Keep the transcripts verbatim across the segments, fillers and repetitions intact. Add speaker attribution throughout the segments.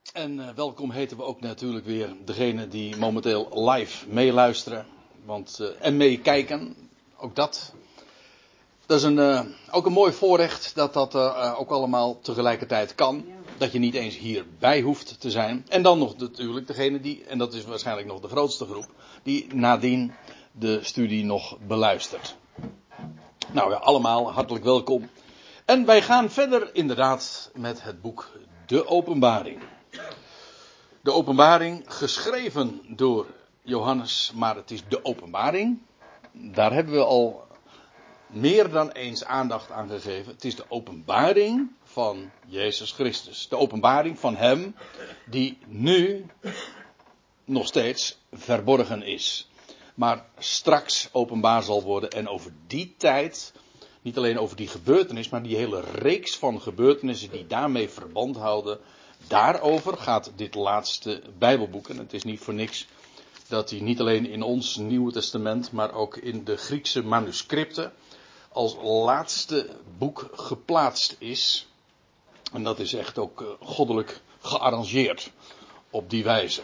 Speaker 1: En uh, welkom heten we ook natuurlijk weer degene die momenteel live meeluisteren. Want, uh, en meekijken. Ook dat. Dat is een, uh, ook een mooi voorrecht dat dat uh, ook allemaal tegelijkertijd kan. Dat je niet eens hierbij hoeft te zijn. En dan nog natuurlijk degene die, en dat is waarschijnlijk nog de grootste groep, die nadien de studie nog beluistert. Nou ja, allemaal hartelijk welkom. En wij gaan verder inderdaad met het boek De Openbaring. De Openbaring, geschreven door Johannes, maar het is de Openbaring. Daar hebben we al meer dan eens aandacht aan gegeven. Het is de Openbaring van Jezus Christus. De Openbaring van Hem die nu nog steeds verborgen is. Maar straks openbaar zal worden en over die tijd, niet alleen over die gebeurtenis, maar die hele reeks van gebeurtenissen die daarmee verband houden. Daarover gaat dit laatste Bijbelboek. En het is niet voor niks dat hij niet alleen in ons Nieuwe Testament, maar ook in de Griekse manuscripten als laatste boek geplaatst is. En dat is echt ook goddelijk gearrangeerd op die wijze.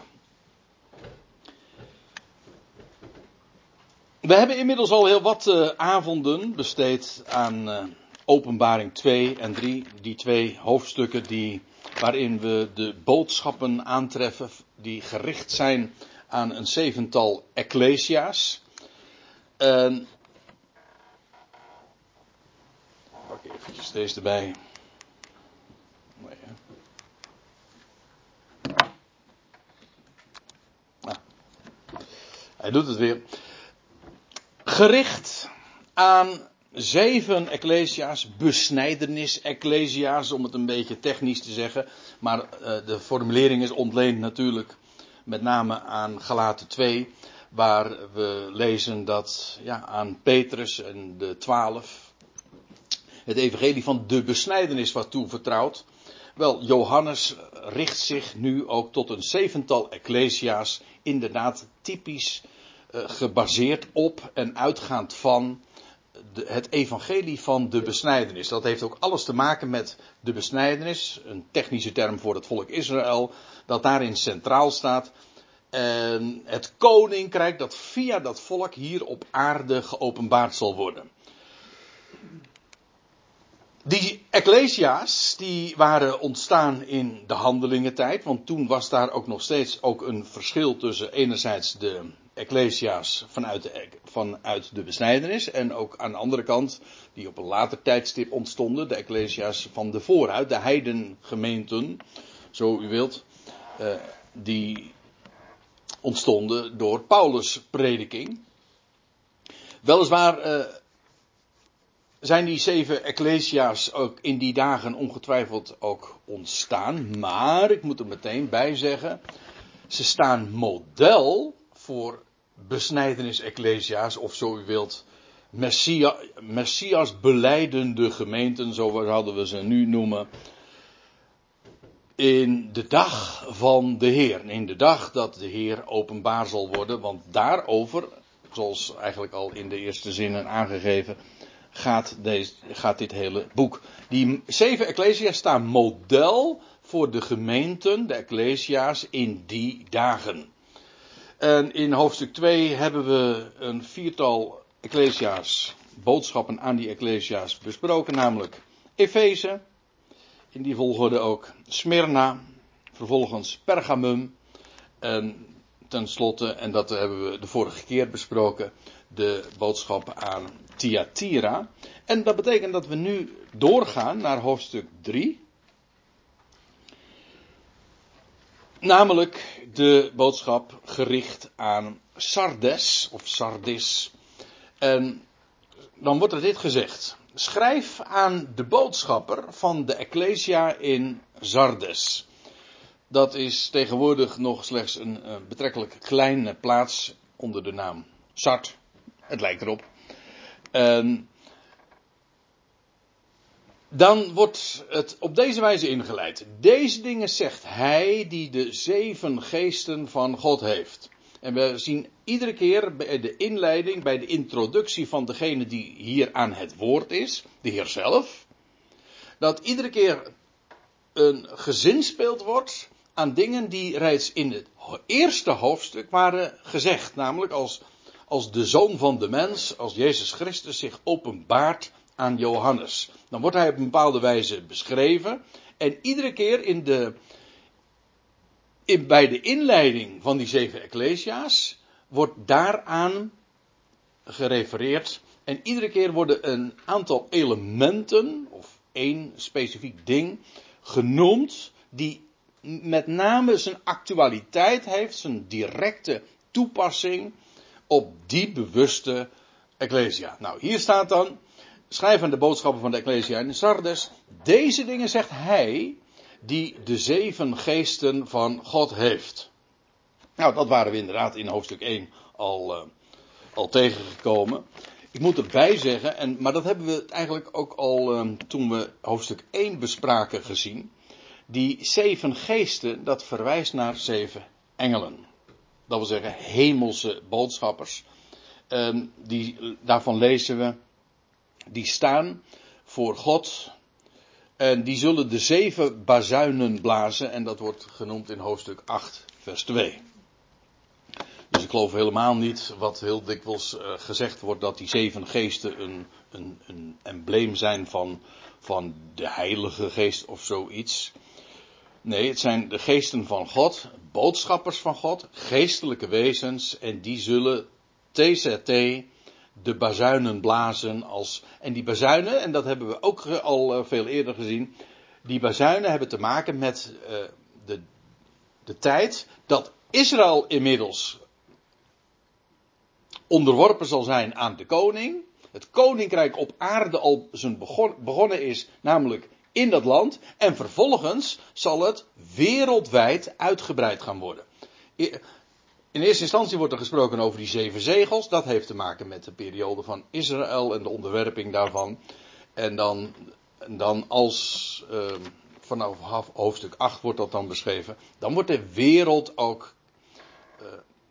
Speaker 1: We hebben inmiddels al heel wat uh, avonden besteed aan uh, Openbaring twee en drie. Die twee hoofdstukken die, waarin we de boodschappen aantreffen die gericht zijn aan een zevental ecclesia's. Uh, pak eventjes deze erbij. Nee, hè. Nou, hij doet het weer. Gericht aan zeven ecclesia's, besnijdenis-ecclesia's, om het een beetje technisch te zeggen. Maar uh, de formulering is ontleend natuurlijk met name aan Galaten twee, waar we lezen dat ja, aan Petrus en de twaalf het evangelie van de besnijdenis wordt toevertrouwd. Wel, Johannes richt zich nu ook tot een zevental ecclesia's, inderdaad typisch uh, gebaseerd op en uitgaand van de, het evangelie van de besnijdenis. Dat heeft ook alles te maken met de besnijdenis, een technische term voor het volk Israël, dat daarin centraal staat. En het koninkrijk dat via dat volk hier op aarde geopenbaard zal worden. Die ecclesia's die waren ontstaan in de handelingentijd, want toen was daar ook nog steeds ook een verschil tussen enerzijds de ecclesia's vanuit de, vanuit de besnijdenis en ook aan de andere kant, die op een later tijdstip ontstonden, de ecclesia's van de vooruit, de heidengemeenten, zo u wilt, uh, die ontstonden door Paulus' prediking. Weliswaar uh, zijn die zeven ecclesia's ook in die dagen ongetwijfeld ook ontstaan. Maar, ik moet er meteen bij zeggen, ze staan model voor besnijdenis-ecclesia's, of zo u wilt, Messia, Messias belijdende gemeenten, zo zouden we ze nu noemen. In de dag van de Heer. In de dag dat de Heer openbaar zal worden. Want daarover, zoals eigenlijk al in de eerste zinnen aangegeven, gaat, deze, gaat dit hele boek. Die zeven ecclesia's staan model voor de gemeenten, de ecclesia's in die dagen. En in hoofdstuk twee hebben we een viertal ecclesia's, boodschappen aan die ecclesia's besproken. Namelijk Efeze. In die volgorde ook Smyrna, vervolgens Pergamum en tenslotte, en dat hebben we de vorige keer besproken, de boodschap aan Thyatira. En dat betekent dat we nu doorgaan naar hoofdstuk drie. Namelijk de boodschap gericht aan Sardes of Sardis. En dan wordt er dit gezegd. Schrijf aan de boodschapper van de Ecclesia in Sardes. Dat is tegenwoordig nog slechts een uh, betrekkelijk kleine plaats onder de naam Sard. Het lijkt erop. Uh, dan wordt het op deze wijze ingeleid. Deze dingen zegt hij die de zeven geesten van God heeft. En we zien iedere keer bij de inleiding, bij de introductie van degene die hier aan het woord is, de Heer zelf, dat iedere keer een gezinspeeld wordt aan dingen die reeds in het eerste hoofdstuk waren gezegd. Namelijk als, als de Zoon van de mens, als Jezus Christus zich openbaart aan Johannes. Dan wordt hij op een bepaalde wijze beschreven. En iedere keer in de, in, bij de inleiding van die zeven ecclesia's wordt daaraan gerefereerd. En iedere keer worden een aantal elementen, of één specifiek ding, genoemd, die met name zijn actualiteit heeft, zijn directe toepassing op die bewuste ecclesia. Nou, hier staat dan, schrijf aan de boodschappen van de ecclesia in Sardes, deze dingen zegt hij, die de zeven geesten van God heeft. Nou, dat waren we inderdaad in hoofdstuk één al, uh, al tegengekomen. Ik moet erbij zeggen, en, maar dat hebben we eigenlijk ook al uh, toen we hoofdstuk één bespraken gezien. Die zeven geesten, dat verwijst naar zeven engelen. Dat wil zeggen hemelse boodschappers. Uh, die, daarvan lezen we, die staan voor God. En die zullen de zeven bazuinen blazen. En dat wordt genoemd in hoofdstuk acht, vers twee. Dus ik geloof helemaal niet wat heel dikwijls uh, gezegd wordt, dat die zeven geesten een, een, een embleem zijn van, van de Heilige Geest of zoiets. Nee, het zijn de geesten van God, boodschappers van God, geestelijke wezens, en die zullen T Z T de bazuinen blazen als, en die bazuinen, en dat hebben we ook al uh, veel eerder gezien, die bazuinen hebben te maken met uh, de, de tijd dat Israël inmiddels onderworpen zal zijn aan de koning. Het koninkrijk op aarde al zijn begon, begonnen is, namelijk in dat land. En vervolgens zal het wereldwijd uitgebreid gaan worden. In eerste instantie wordt er gesproken over die zeven zegels. Dat heeft te maken met de periode van Israël en de onderwerping daarvan. En dan, en dan als, uh, vanaf hoofdstuk acht wordt dat dan beschreven. Dan wordt de wereld ook Uh,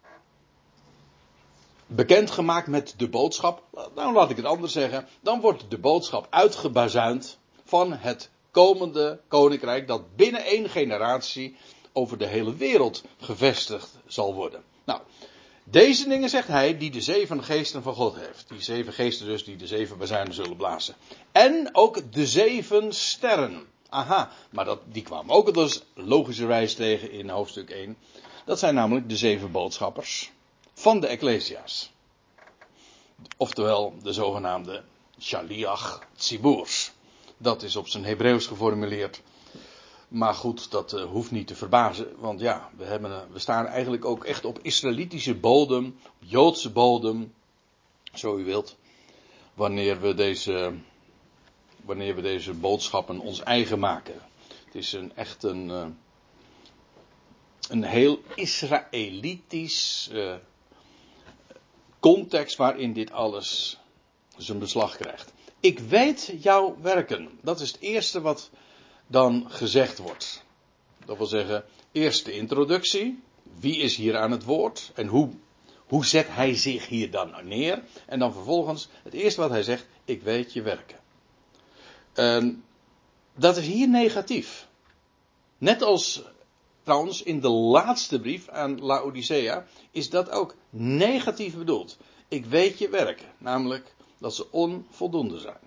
Speaker 1: bekendgemaakt met de boodschap. Nou, laat ik het anders zeggen. Dan wordt de boodschap uitgebazuind van het komende koninkrijk dat binnen één generatie over de hele wereld gevestigd zal worden. Nou, deze dingen zegt hij die de zeven geesten van God heeft. Die zeven geesten dus die de zeven bazuinen zullen blazen. En ook de zeven sterren. Aha, maar dat, die kwamen ook dus logischerwijs tegen in hoofdstuk één. Dat zijn namelijk de zeven boodschappers van de ecclesia's. Oftewel de zogenaamde Shaliach Tziburs. Dat is op zijn Hebreeuws geformuleerd. Maar goed, dat uh, hoeft niet te verbazen. Want ja, we, hebben, uh, we staan eigenlijk ook echt op Israëlitische bodem. Joodse bodem. Zo u wilt. Wanneer we deze, wanneer we deze boodschappen ons eigen maken. Het is een, echt een, uh, een heel Israëlitisch Uh, context waarin dit alles zijn beslag krijgt. Ik weet jouw werken. Dat is het eerste wat dan gezegd wordt. Dat wil zeggen, eerst de introductie. Wie is hier aan het woord? En hoe, hoe zet hij zich hier dan neer? En dan vervolgens het eerste wat hij zegt, ik weet je werken. En dat is hier negatief. Net als trouwens in de laatste brief aan Laodicea is dat ook negatief bedoeld. Ik weet je werken, namelijk dat ze onvoldoende zijn.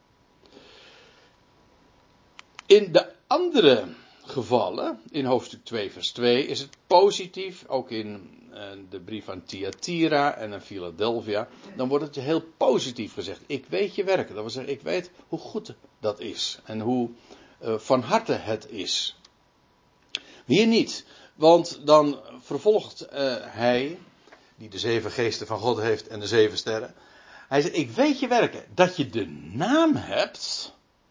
Speaker 1: In de andere gevallen, in hoofdstuk twee vers twee, is het positief, ook in uh, de brief aan Thyatira en aan Philadelphia, dan wordt het heel positief gezegd. Ik weet je werken, dat wil zeggen, ik weet hoe goed dat is en hoe uh, van harte het is. Hier niet, want dan vervolgt uh, hij, die de zeven geesten van God heeft en de zeven sterren. Hij zegt, ik weet je werken, dat je de naam hebt,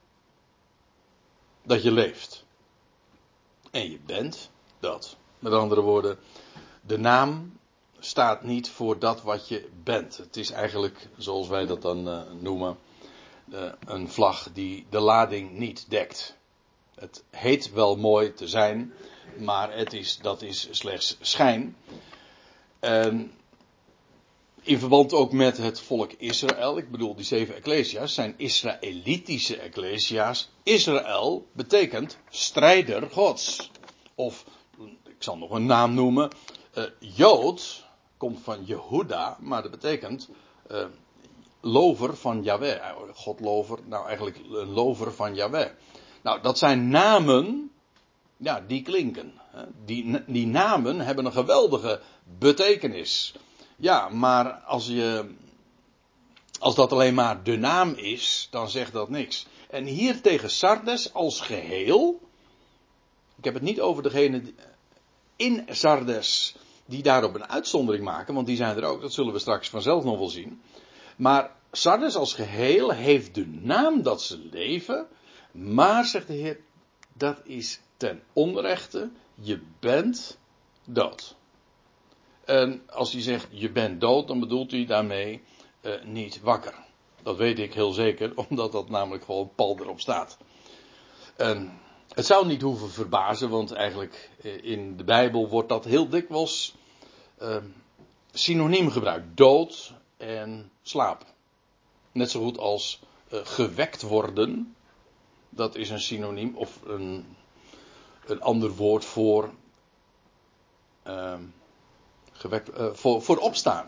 Speaker 1: dat je leeft. En je bent dat. Met andere woorden, de naam staat niet voor dat wat je bent. Het is eigenlijk, zoals wij dat dan uh, noemen, uh, een vlag die de lading niet dekt. Het heet wel mooi te zijn, maar het is, dat is slechts schijn. En in verband ook met het volk Israël, ik bedoel die zeven ecclesia's, zijn Israëlitische ecclesia's. Israël betekent strijder Gods. Of ik zal nog een naam noemen. Uh, Jood komt van Jehuda, maar dat betekent uh, lover van Yahweh. Godlover, nou eigenlijk een lover van Yahweh. Nou, dat zijn namen, ja, die klinken. Die, die namen hebben een geweldige betekenis. Ja, maar als je, als dat alleen maar de naam is, dan zegt dat niks. En hier tegen Sardes als geheel, ik heb het niet over degene in Sardes die daarop een uitzondering maken, want die zijn er ook, dat zullen we straks vanzelf nog wel zien. Maar Sardes als geheel heeft de naam dat ze leven, maar, zegt de Heer, dat is ten onrechte, je bent dood. En als hij zegt je bent dood, dan bedoelt hij daarmee uh, niet wakker. Dat weet ik heel zeker, omdat dat namelijk gewoon pal erop staat. En het zou niet hoeven verbazen, want eigenlijk in de Bijbel wordt dat heel dikwijls uh, synoniem gebruikt. Dood en slaap. Net zo goed als uh, gewekt worden. Dat is een synoniem of een, een ander woord voor, uh, gewekt, uh, voor, voor opstaan.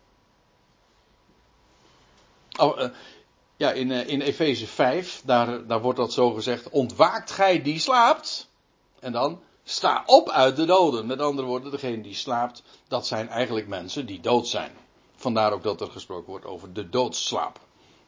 Speaker 1: Oh, uh, ja, in, uh, in Efeze vijf, daar, daar wordt dat zo gezegd. Ontwaakt gij die slaapt. En dan sta op uit de doden. Met andere woorden, degene die slaapt, dat zijn eigenlijk mensen die dood zijn. Vandaar ook dat er gesproken wordt over de doodsslaap.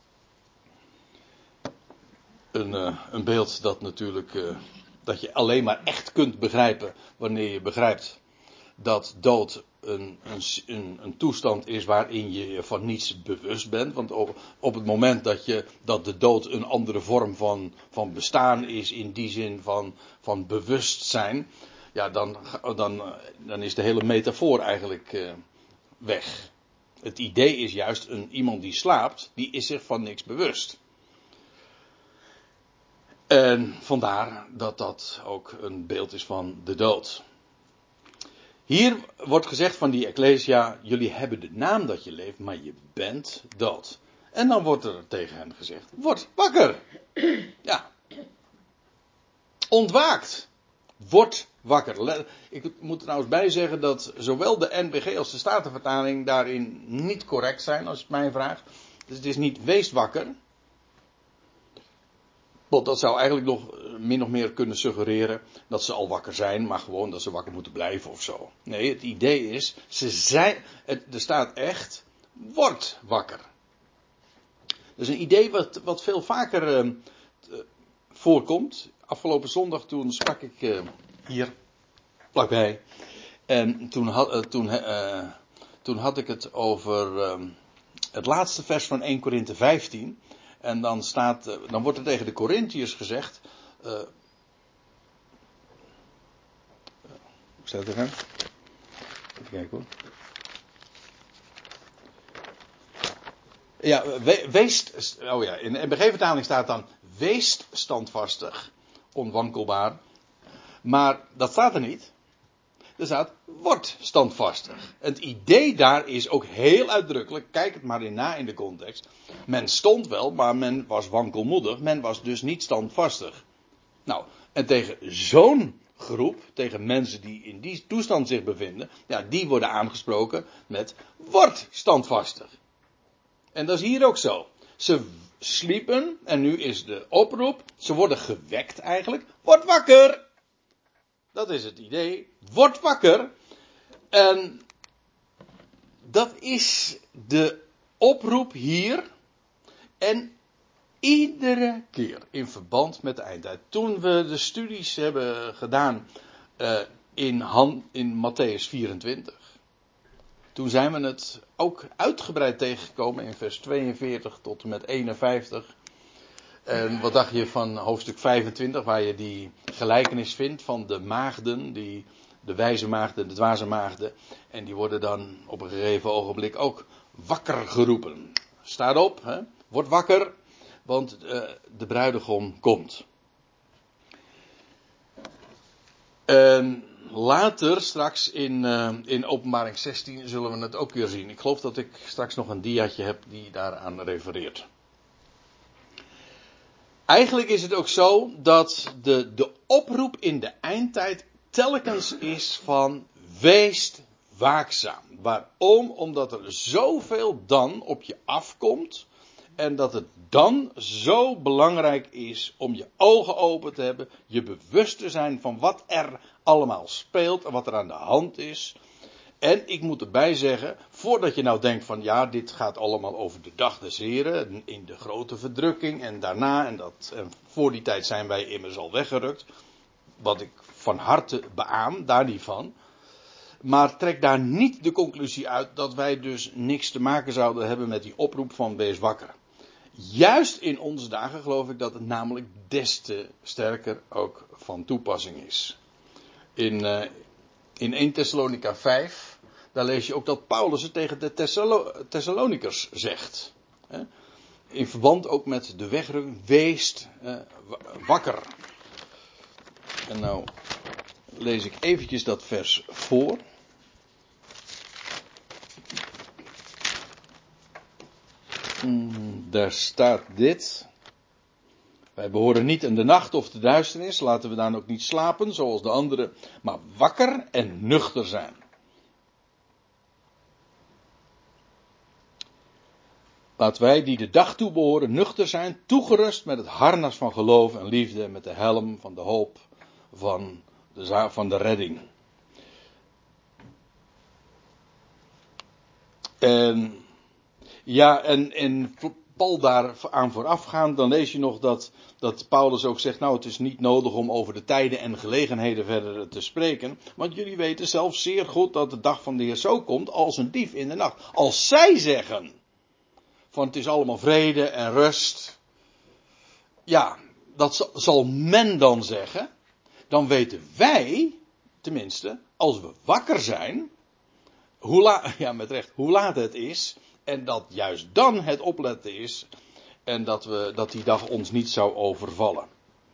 Speaker 1: Een, uh, een beeld dat natuurlijk, uh, dat je alleen maar echt kunt begrijpen wanneer je begrijpt dat dood een, een, een toestand is waarin je je van niets bewust bent. Want op, op het moment dat, je, dat de dood een andere vorm van, van bestaan is, in die zin van, van bewustzijn, ja, dan, dan, dan is de hele metafoor eigenlijk uh, weg. Het idee is juist een, iemand die slaapt, die is zich van niks bewust. En vandaar dat dat ook een beeld is van de dood. Hier wordt gezegd van die Ecclesia, jullie hebben de naam dat je leeft, maar je bent dood. En dan wordt er tegen hen gezegd, word wakker. Ja. Ontwaakt. Word wakker. Ik moet er trouwens bij zeggen dat zowel de N B G als de Statenvertaling daarin niet correct zijn, als je het mij vraagt. Dus het is niet wees wakker. Want dat zou eigenlijk nog min of meer kunnen suggereren dat ze al wakker zijn, maar gewoon dat ze wakker moeten blijven of zo. Nee, het idee is, ze zijn, het, er staat echt, word wakker. Dat is een idee wat, wat veel vaker uh, voorkomt. Afgelopen zondag toen sprak ik uh, hier vlakbij. En toen had, uh, toen, uh, toen had ik het over uh, het laatste vers van Eerste Korinthe vijftien. En dan staat, dan wordt er tegen de Korintiërs gezegd. Uh, hoe staat het er? Even kijken hoor. Ja, we, wees. Oh ja, in de N B G-vertaling staat dan. Wees standvastig, onwankelbaar. Maar dat staat er niet. Er staat, word standvastig. Het idee daar is ook heel uitdrukkelijk. Kijk het maar in na in de context. Men stond wel, maar men was wankelmoedig. Men was dus niet standvastig. Nou, en tegen zo'n groep, tegen mensen die in die toestand zich bevinden, ja, die worden aangesproken met, word standvastig. En dat is hier ook zo. Ze sliepen, en nu is de oproep, ze worden gewekt eigenlijk, word wakker! Dat is het idee. Word wakker. En dat is de oproep hier. En iedere keer in verband met de eindtijd. Toen we de studies hebben gedaan uh, in, Han, in Matthäus vierentwintig. Toen zijn we het ook uitgebreid tegengekomen in vers tweeënveertig tot en met eenenvijftig. En wat dacht je van hoofdstuk vijfentwintig, waar je die gelijkenis vindt van de maagden, die, de wijze maagden, de dwaze maagden. En die worden dan op een gegeven ogenblik ook wakker geroepen. Staat op, hè? Word wakker, want uh, de bruidegom komt. En later, straks in, uh, in Openbaring zestien, zullen we het ook weer zien. Ik geloof dat ik straks nog een diaatje heb die daaraan refereert. Eigenlijk is het ook zo dat de, de oproep in de eindtijd telkens is van wees waakzaam. Waarom? Omdat er zoveel dan op je afkomt. En dat het dan zo belangrijk is om je ogen open te hebben. Je bewust te zijn van wat er allemaal speelt en wat er aan de hand is. En ik moet erbij zeggen, voordat je nou denkt van ja, dit gaat allemaal over de dag des Heren, in de grote verdrukking en daarna, en, dat, en voor die tijd zijn wij immers al weggerukt, wat ik van harte beaam, daar niet van. Maar trek daar niet de conclusie uit dat wij dus niks te maken zouden hebben met die oproep van wees wakker. Juist in onze dagen geloof ik dat het namelijk des te sterker ook van toepassing is. In... Uh, In Eerste Thessalonica vijf, daar lees je ook dat Paulus het tegen de Thessalo- Thessalonikers zegt. In verband ook met de wegrukking, wees uh, wakker. En nou lees ik eventjes dat vers voor. Mm, daar staat dit. Wij behoren niet in de nacht of de duisternis, laten we dan ook niet slapen zoals de anderen, maar wakker en nuchter zijn. Laten wij die de dag toe behoren nuchter zijn, toegerust met het harnas van geloof en liefde, met de helm van de hoop van de, van de redding. En ja, en, en Paul daar aan voorafgaand, dan lees je nog dat, dat Paulus ook zegt, nou het is niet nodig om over de tijden en gelegenheden verder te spreken. Want jullie weten zelf zeer goed dat de dag van de Heer zo komt als een dief in de nacht. Als zij zeggen, van het is allemaal vrede en rust. Ja, dat zal men dan zeggen. Dan weten wij, tenminste, als we wakker zijn, hoe laat, ja met recht, hoe laat het is. En dat juist dan het opletten is. En dat, we, dat die dag ons niet zou overvallen.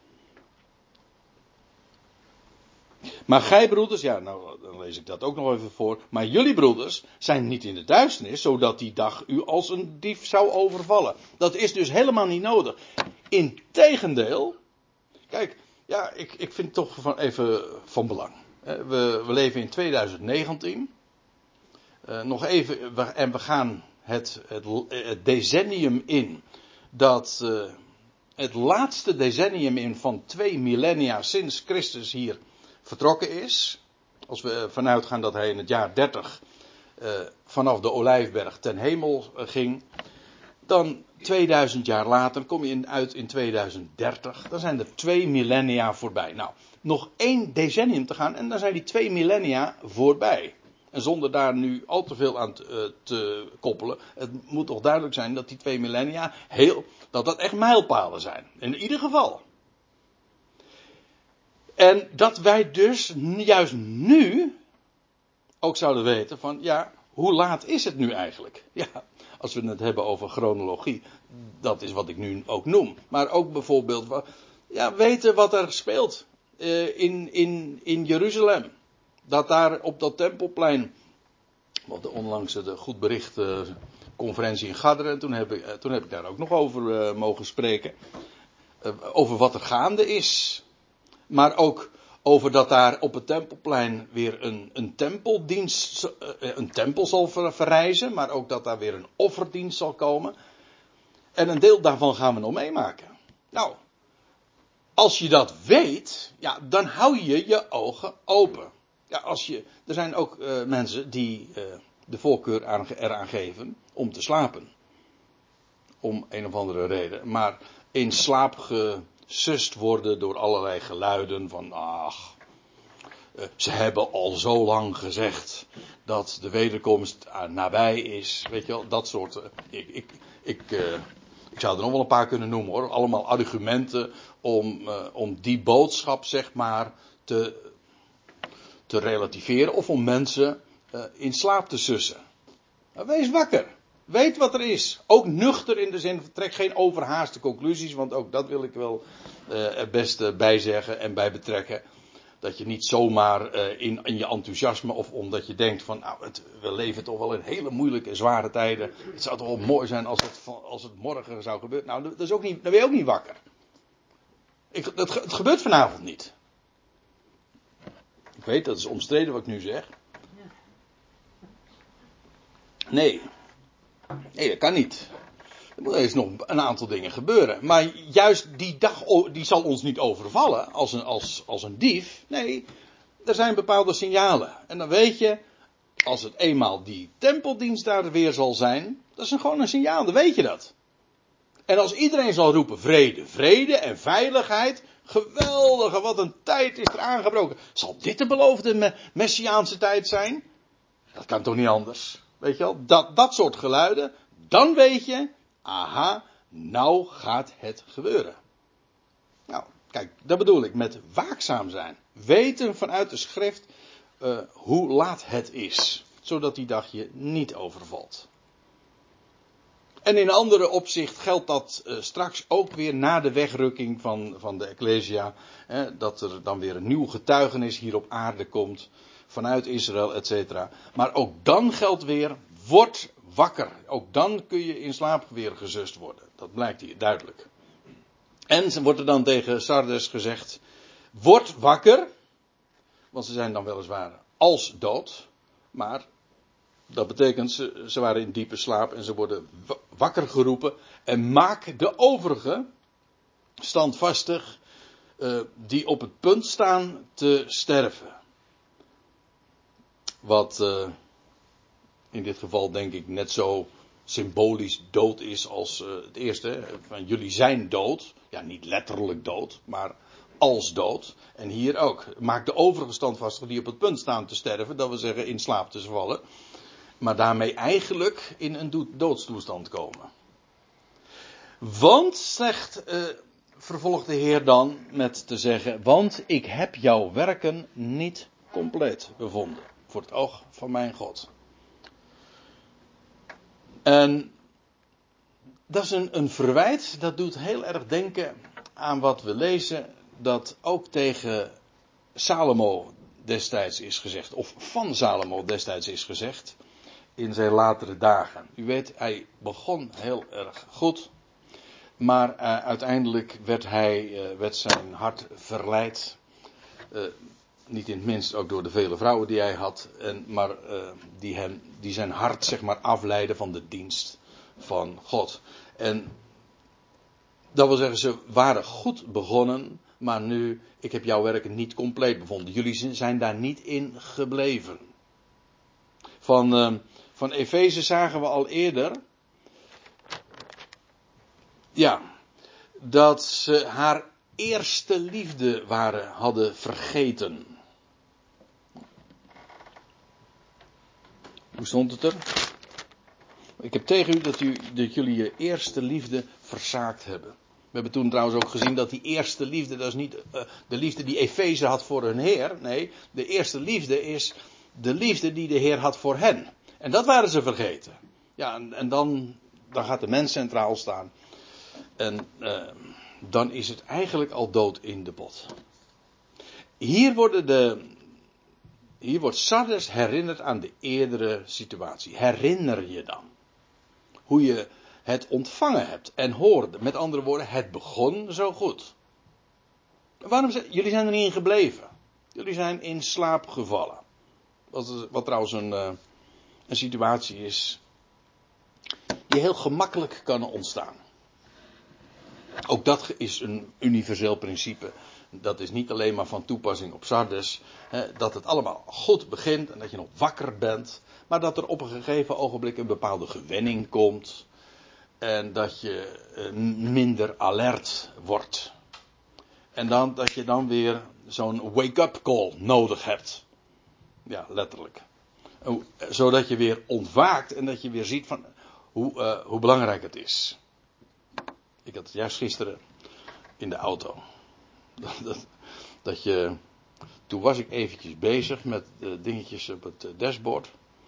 Speaker 1: Maar gij broeders, ja nou dan lees ik dat ook nog even voor. Maar jullie broeders zijn niet in de duisternis. Zodat die dag u als een dief zou overvallen. Dat is dus helemaal niet nodig. Integendeel. Kijk, ja ik, ik vind het toch van, even van belang. We, we leven in twintig negentien. Uh, nog even, we, en we gaan het, het, het decennium in, dat uh, het laatste decennium in van twee millennia sinds Christus hier vertrokken is. Als we vanuit gaan dat hij in het jaar dertig uh, vanaf de Olijfberg ten hemel ging, dan tweeduizend jaar later kom je in, uit in tweeduizend dertig, dan zijn er twee millennia voorbij. Nou, nog één decennium te gaan en dan zijn die twee millennia voorbij. En zonder daar nu al te veel aan te, uh, te koppelen. Het moet toch duidelijk zijn dat die twee millennia heel, dat dat echt mijlpalen zijn. In ieder geval. En dat wij dus juist nu ook zouden weten van ja, hoe laat is het nu eigenlijk? Ja, als we het hebben over chronologie. Dat is wat ik nu ook noem. Maar ook bijvoorbeeld ja, weten wat er speelt uh, in, in, in Jeruzalem. Dat daar op dat tempelplein, wat onlangs de goed bericht uh, conferentie in Gadderen, toen heb ik, uh, toen heb ik daar ook nog over uh, mogen spreken. Uh, over wat er gaande is. Maar ook over dat daar op het tempelplein weer een, een tempeldienst, uh, een tempel zal ver, verrijzen. Maar ook dat daar weer een offerdienst zal komen. En een deel daarvan gaan we nog meemaken. Nou, als je dat weet, ja, dan hou je je ogen open. Ja, als je, er zijn ook uh, mensen die uh, de voorkeur aan, eraan geven om te slapen. Om een of andere reden. Maar in slaap gesust worden door allerlei geluiden van ach, uh, ze hebben al zo lang gezegd dat de wederkomst uh, nabij is. Weet je wel, dat soort. Uh, ik, ik, ik, uh, ik zou er nog wel een paar kunnen noemen hoor. Allemaal argumenten om, uh, om die boodschap zeg maar te... te relativeren of om mensen uh, in slaap te sussen. Maar wees wakker. Weet wat er is. Ook nuchter in de zin van trek geen overhaaste conclusies. Want ook dat wil ik wel uh, er best uh, bij zeggen en bij betrekken. Dat je niet zomaar uh, in, in je enthousiasme of omdat je denkt van nou het, we leven toch wel in hele moeilijke zware tijden. Het zou toch wel mooi zijn als het, als het morgen zou gebeuren. Nou dat is ook niet, dan ben je ook niet wakker. Ik, het, het gebeurt vanavond niet. Ik weet, dat is omstreden wat ik nu zeg. Nee. Nee, dat kan niet. Er moeten eerst nog een aantal dingen gebeuren. Maar juist die dag, die zal ons niet overvallen als een, als, als een dief. Nee, er zijn bepaalde signalen. En dan weet je, als het eenmaal die tempeldienst daar weer zal zijn, dat is een, gewoon een signaal, dan weet je dat. En als iedereen zal roepen vrede, vrede en veiligheid, geweldige, wat een tijd is er aangebroken. Zal dit de beloofde me- messiaanse tijd zijn? Dat kan toch niet anders? Weet je wel, dat, dat soort geluiden, dan weet je, aha, nou gaat het gebeuren. Nou, kijk, dat bedoel ik met waakzaam zijn. Weten vanuit de schrift uh, hoe laat het is. Zodat die dag je niet overvalt. En in andere opzicht geldt dat uh, straks ook weer na de wegrukking van, van de Ecclesia. Hè, dat er dan weer een nieuw getuigenis hier op aarde komt. Vanuit Israël, et cetera. Maar ook dan geldt weer, word wakker. Ook dan kun je in slaap weer gezust worden. Dat blijkt hier duidelijk. En wordt er dan tegen Sardes gezegd, word wakker. Want ze zijn dan weliswaar als dood. Maar dat betekent, ze, ze waren in diepe slaap en ze worden wakker geroepen. En maak de overigen standvastig, uh, die op het punt staan te sterven. Wat uh, in dit geval denk ik net zo symbolisch dood is als uh, het eerste. Van jullie zijn dood. Ja, niet letterlijk dood, maar als dood. En hier ook. Maak de overige standvastig die op het punt staan te sterven. Dat wil zeggen in slaap te vallen. Maar daarmee eigenlijk in een doodstoestand komen. Want, zegt, uh, vervolgt de Heer dan met te zeggen, want ik heb jouw werken niet compleet bevonden. Voor het oog van mijn God. En dat is een, een verwijt, dat doet heel erg denken aan wat we lezen, dat ook tegen Salomo destijds is gezegd, of van Salomo destijds is gezegd, in zijn latere dagen. U weet, hij begon heel erg goed, maar uh, uiteindelijk werd hij, uh, werd zijn hart verleid. Uh, niet in het minst ook door de vele vrouwen die hij had, en, maar uh, die, hem, die zijn hart zeg maar afleiden van de dienst van God. En dat wil zeggen, ze waren goed begonnen, maar nu, ik heb jouw werken niet compleet bevonden. Jullie zijn daar niet in gebleven. Van, uh, van Efeze zagen we al eerder, ja, dat ze haar eerste liefde waren, hadden vergeten. Hoe stond het er? Ik heb tegen u dat, u dat jullie je eerste liefde verzaakt hebben. We hebben toen trouwens ook gezien dat die eerste liefde, dat is niet uh, de liefde die Efeze had voor hun Heer. Nee, de eerste liefde is de liefde die de Heer had voor hen. En dat waren ze vergeten. Ja, en, en dan, dan gaat de mens centraal staan. En uh, dan is het eigenlijk al dood in de pot. Hier worden de... Hier wordt Sardes herinnerd aan de eerdere situatie. Herinner je dan hoe je het ontvangen hebt en hoorde. Met andere woorden, het begon zo goed. Waarom zijn jullie zijn er niet in gebleven? Jullie zijn in slaap gevallen. Wat, wat trouwens een, een situatie is die heel gemakkelijk kan ontstaan. Ook dat is een universeel principe. Dat is niet alleen maar van toepassing op Sardes. Hè, dat het allemaal goed begint en dat je nog wakker bent. Maar dat er op een gegeven ogenblik een bepaalde gewenning komt. En dat je uh, minder alert wordt. En dan, dat je dan weer zo'n wake-up call nodig hebt. Ja, letterlijk. Uh, zodat je weer ontwaakt en dat je weer ziet van hoe, uh, hoe belangrijk het is. Ik had het juist gisteren in de auto. Dat, dat, dat je, toen was ik eventjes bezig met uh, dingetjes op het uh, dashboard.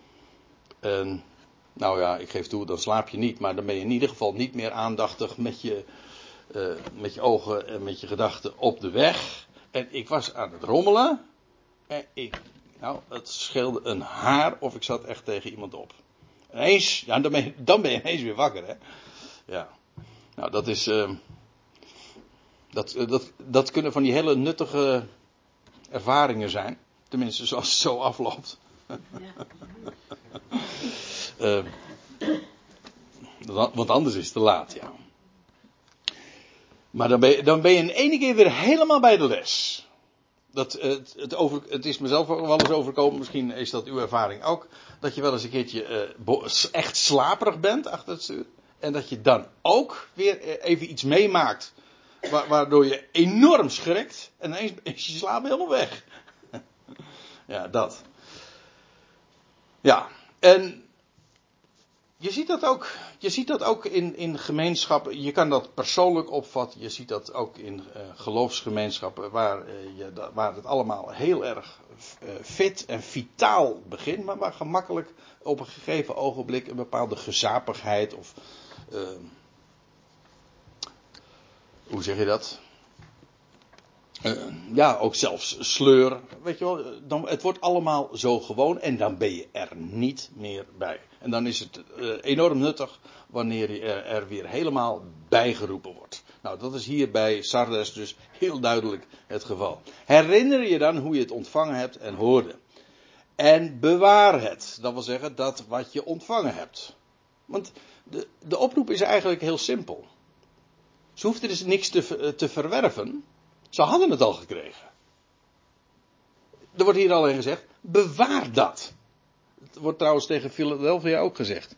Speaker 1: En nou ja, ik geef toe, dan slaap je niet. Maar dan ben je in ieder geval niet meer aandachtig met je, uh, met je ogen en met je gedachten op de weg. En ik was aan het rommelen. En ik, nou, het scheelde een haar of ik zat echt tegen iemand op. Ineens, ja, dan ben je, dan ben je ineens weer wakker, hè. Ja. Nou, dat is... Uh, dat, dat, dat kunnen van die hele nuttige ervaringen zijn. Tenminste, zoals het zo afloopt. uh, want anders is het te laat, ja. Maar dan ben je, dan ben je in één keer weer helemaal bij de les. Dat, het, het, over, het is mezelf ook wel eens overkomen, misschien is dat uw ervaring ook, dat je wel eens een keertje uh, echt slaperig bent achter het stuur. En dat je dan ook weer even iets meemaakt, wa- waardoor je enorm schrikt. En ineens is je slaap helemaal weg. Ja, dat. Ja, en je ziet dat ook, je ziet dat ook in, in gemeenschappen. Je kan dat persoonlijk opvatten. Je ziet dat ook in uh, geloofsgemeenschappen waar, uh, je, waar het allemaal heel erg uh, fit en vitaal begint. Maar waar gemakkelijk op een gegeven ogenblik een bepaalde gezapigheid of... Uh, hoe zeg je dat? Uh, ja, ook zelfs sleur. Weet je wel, dan, het wordt allemaal zo gewoon en dan ben je er niet meer bij. En dan is het uh, enorm nuttig wanneer je er, er weer helemaal bijgeroepen wordt. Nou, dat is hier bij Sardes dus heel duidelijk het geval. Herinner je dan hoe je het ontvangen hebt en hoorde. En bewaar het. Dat wil zeggen dat wat je ontvangen hebt. Want de, de oproep is eigenlijk heel simpel. Ze hoefden dus niks te, te verwerven. Ze hadden het al gekregen. Er wordt hier alleen gezegd, bewaar dat. Het wordt trouwens tegen Philadelphia ook gezegd.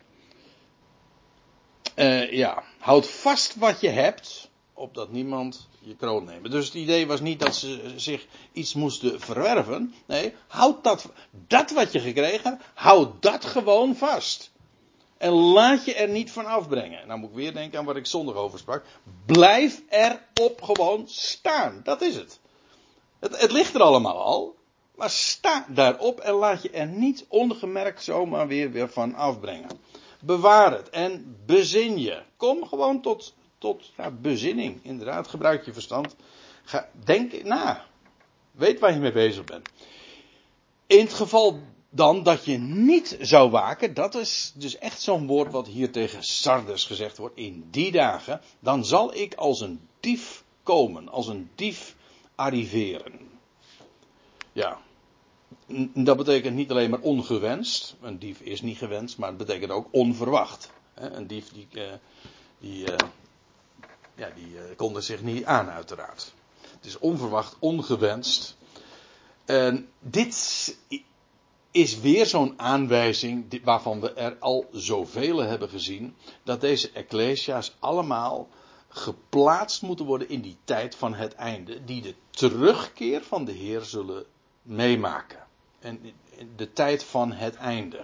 Speaker 1: Uh, ja, houd vast wat je hebt, opdat niemand je kroon neemt. Dus het idee was niet dat ze zich iets moesten verwerven. Nee, houd dat, dat wat je gekregen hebt, houd dat gewoon vast. En laat je er niet van afbrengen. Nou moet ik weer denken aan wat ik zondag over sprak. Blijf erop gewoon staan. Dat is het. Het, het ligt er allemaal al. Maar sta daarop en laat je er niet ongemerkt zomaar weer, weer van afbrengen. Bewaar het en bezin je. Kom gewoon tot, tot ja, bezinning. Inderdaad, gebruik je verstand. Ga, denk na. Weet waar je mee bezig bent. In het geval dan dat je niet zou waken, dat is dus echt zo'n woord wat hier tegen Sardes gezegd wordt. In die dagen, dan zal ik als een dief komen. Als een dief arriveren. Ja. Dat betekent niet alleen maar ongewenst. Een dief is niet gewenst, maar het betekent ook onverwacht. Een dief die, die, ja, die konde zich niet aan uiteraard. Het is onverwacht, ongewenst. En dit is weer zo'n aanwijzing waarvan we er al zoveel hebben gezien. Dat deze ecclesia's allemaal geplaatst moeten worden in die tijd van het einde. Die de terugkeer van de Heer zullen meemaken. En de tijd van het einde.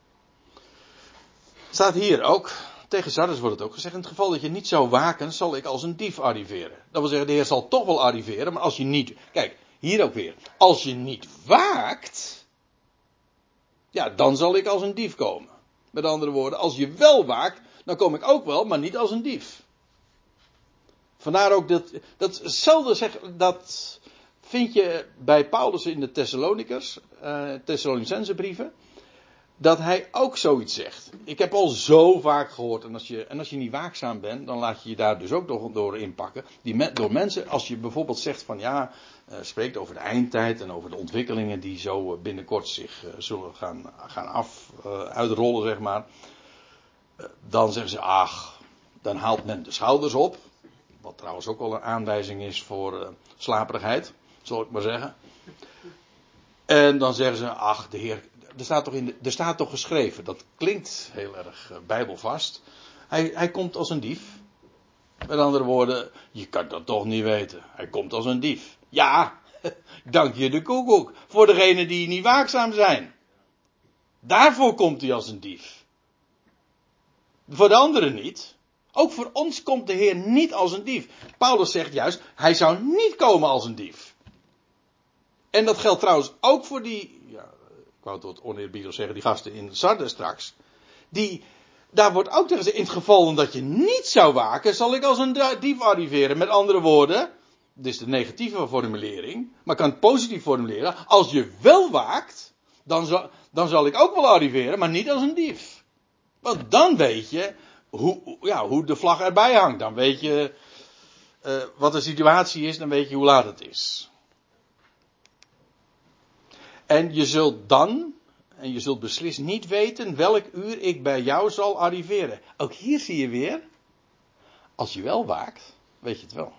Speaker 1: Staat hier ook, tegen Sardes wordt het ook gezegd, in het geval dat je niet zou waken, zal ik als een dief arriveren. Dat wil zeggen, de Heer zal toch wel arriveren, maar als je niet, kijk, hier ook weer, als je niet waakt, ja, dan zal ik als een dief komen. Met andere woorden, als je wel waakt, dan kom ik ook wel, maar niet als een dief. Vandaar ook dat, datzelfde zeg, dat vind je bij Paulus in de Thessalonikers, uh, Thessalonicense brieven, dat hij ook zoiets zegt. Ik heb al zo vaak gehoord, en als je, en als je niet waakzaam bent, dan laat je je daar dus ook door, door inpakken. Die me, door mensen, als je bijvoorbeeld zegt van ja, uh, spreekt over de eindtijd en over de ontwikkelingen die zo binnenkort zich uh, zullen gaan, gaan af, uh, uitrollen, zeg maar. Uh, dan zeggen ze, ach, dan haalt men de schouders op. Wat trouwens ook wel een aanwijzing is voor uh, slaperigheid, zal ik maar zeggen. En dan zeggen ze, ach, de Heer, er staat toch, in de, er staat toch geschreven, dat klinkt heel erg uh, bijbelvast. Hij, hij komt als een dief. Met andere woorden, je kan dat toch niet weten. Hij komt als een dief. Ja, dank je de koekoek. Voor degenen die niet waakzaam zijn. Daarvoor komt hij als een dief. Voor de anderen niet. Ook voor ons komt de Heer niet als een dief. Paulus zegt juist, hij zou niet komen als een dief. En dat geldt trouwens ook voor die, ja, ik wou het wat oneerbiedig zeggen, die gasten in Sardes straks. Die, daar wordt ook tegen gezegd, in het geval dat je niet zou waken, zal ik als een dief arriveren. Met andere woorden, dit is de negatieve formulering, maar ik kan het positief formuleren. Als je wel waakt, dan zal, dan zal ik ook wel arriveren, maar niet als een dief. Want dan weet je hoe, ja, hoe de vlag erbij hangt. Dan weet je uh, wat de situatie is, dan weet je hoe laat het is. En je zult dan, en je zult beslist niet weten welk uur ik bij jou zal arriveren. Ook hier zie je weer, als je wel waakt, weet je het wel.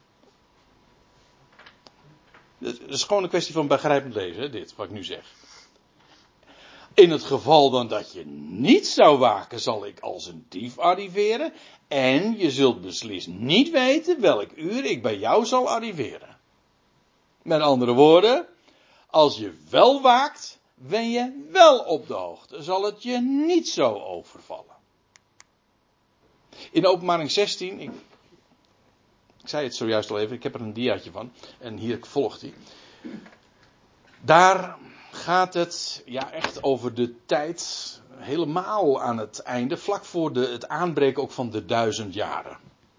Speaker 1: Het is gewoon een kwestie van begrijpend lezen, hè, dit, wat ik nu zeg. In het geval dan dat je niet zou waken, zal ik als een dief arriveren. En je zult beslist niet weten welk uur ik bij jou zal arriveren. Met andere woorden, als je wel waakt, ben je wel op de hoogte. Zal het je niet zo overvallen. In Openbaring zestien, ik, ik zei het zojuist al even, ik heb er een diaatje van. En hier volgt hij. Daar gaat het ja, echt over de tijd helemaal aan het einde. Vlak voor de, het aanbreken ook van de duizend jaren.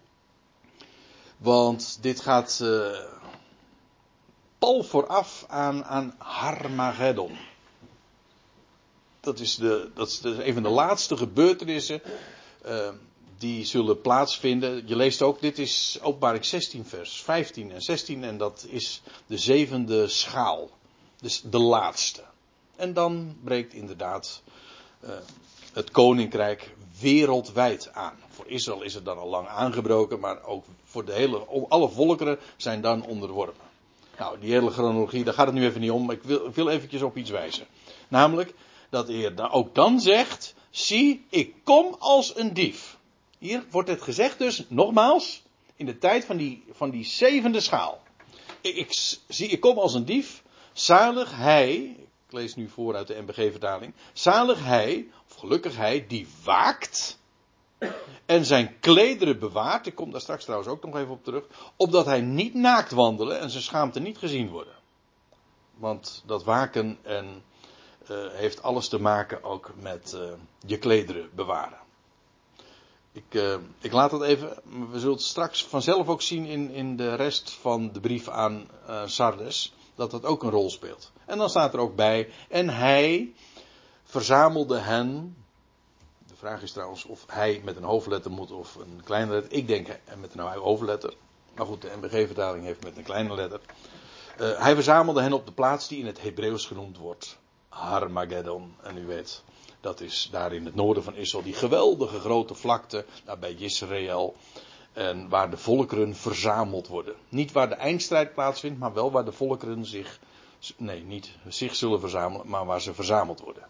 Speaker 1: Want dit gaat uh, pal vooraf aan, aan Harmageddon. Dat is, de, dat is de, een van de laatste gebeurtenissen uh, die zullen plaatsvinden. Je leest ook, dit is Openbaring zestien vers vijftien en zestien. En dat is de zevende schaal. Dus de laatste. En dan breekt inderdaad uh, het koninkrijk wereldwijd aan. Voor Israël is het dan al lang aangebroken, maar ook voor de hele, alle volkeren zijn dan onderworpen. Nou, die hele chronologie, daar gaat het nu even niet om, maar ik wil, ik wil eventjes op iets wijzen. Namelijk, dat de Heer ook dan zegt, zie, ik kom als een dief. Hier wordt het gezegd dus, nogmaals, in de tijd van die, van die zevende schaal. Ik, ik, zie, ik kom als een dief, zalig hij, ik lees nu voor uit de N B G-vertaling, zalig hij, of gelukkig hij, die waakt en zijn klederen bewaart, ik kom daar straks trouwens ook nog even op terug, opdat hij niet naakt wandelen en zijn schaamte niet gezien worden. Want dat waken en, uh, heeft alles te maken ook met uh, je klederen bewaren. Ik, uh, ik laat het even, we zullen het straks vanzelf ook zien in, in de rest van de brief aan uh, Sardes, dat dat ook een rol speelt. En dan staat er ook bij, en hij verzamelde hen. De vraag is trouwens of hij met een hoofdletter moet of een kleine letter. Ik denk met een hoofdletter. Maar goed, de N B G-vertaling heeft met een kleine letter. Uh, hij verzamelde hen op de plaats die in het Hebreeuws genoemd wordt. Harmageddon. En u weet, dat is daar in het noorden van Israël. Die geweldige grote vlakte, daar bij Israël. En waar de volkeren verzameld worden. Niet waar de eindstrijd plaatsvindt, maar wel waar de volkeren zich, nee, niet zich zullen verzamelen, maar waar ze verzameld worden.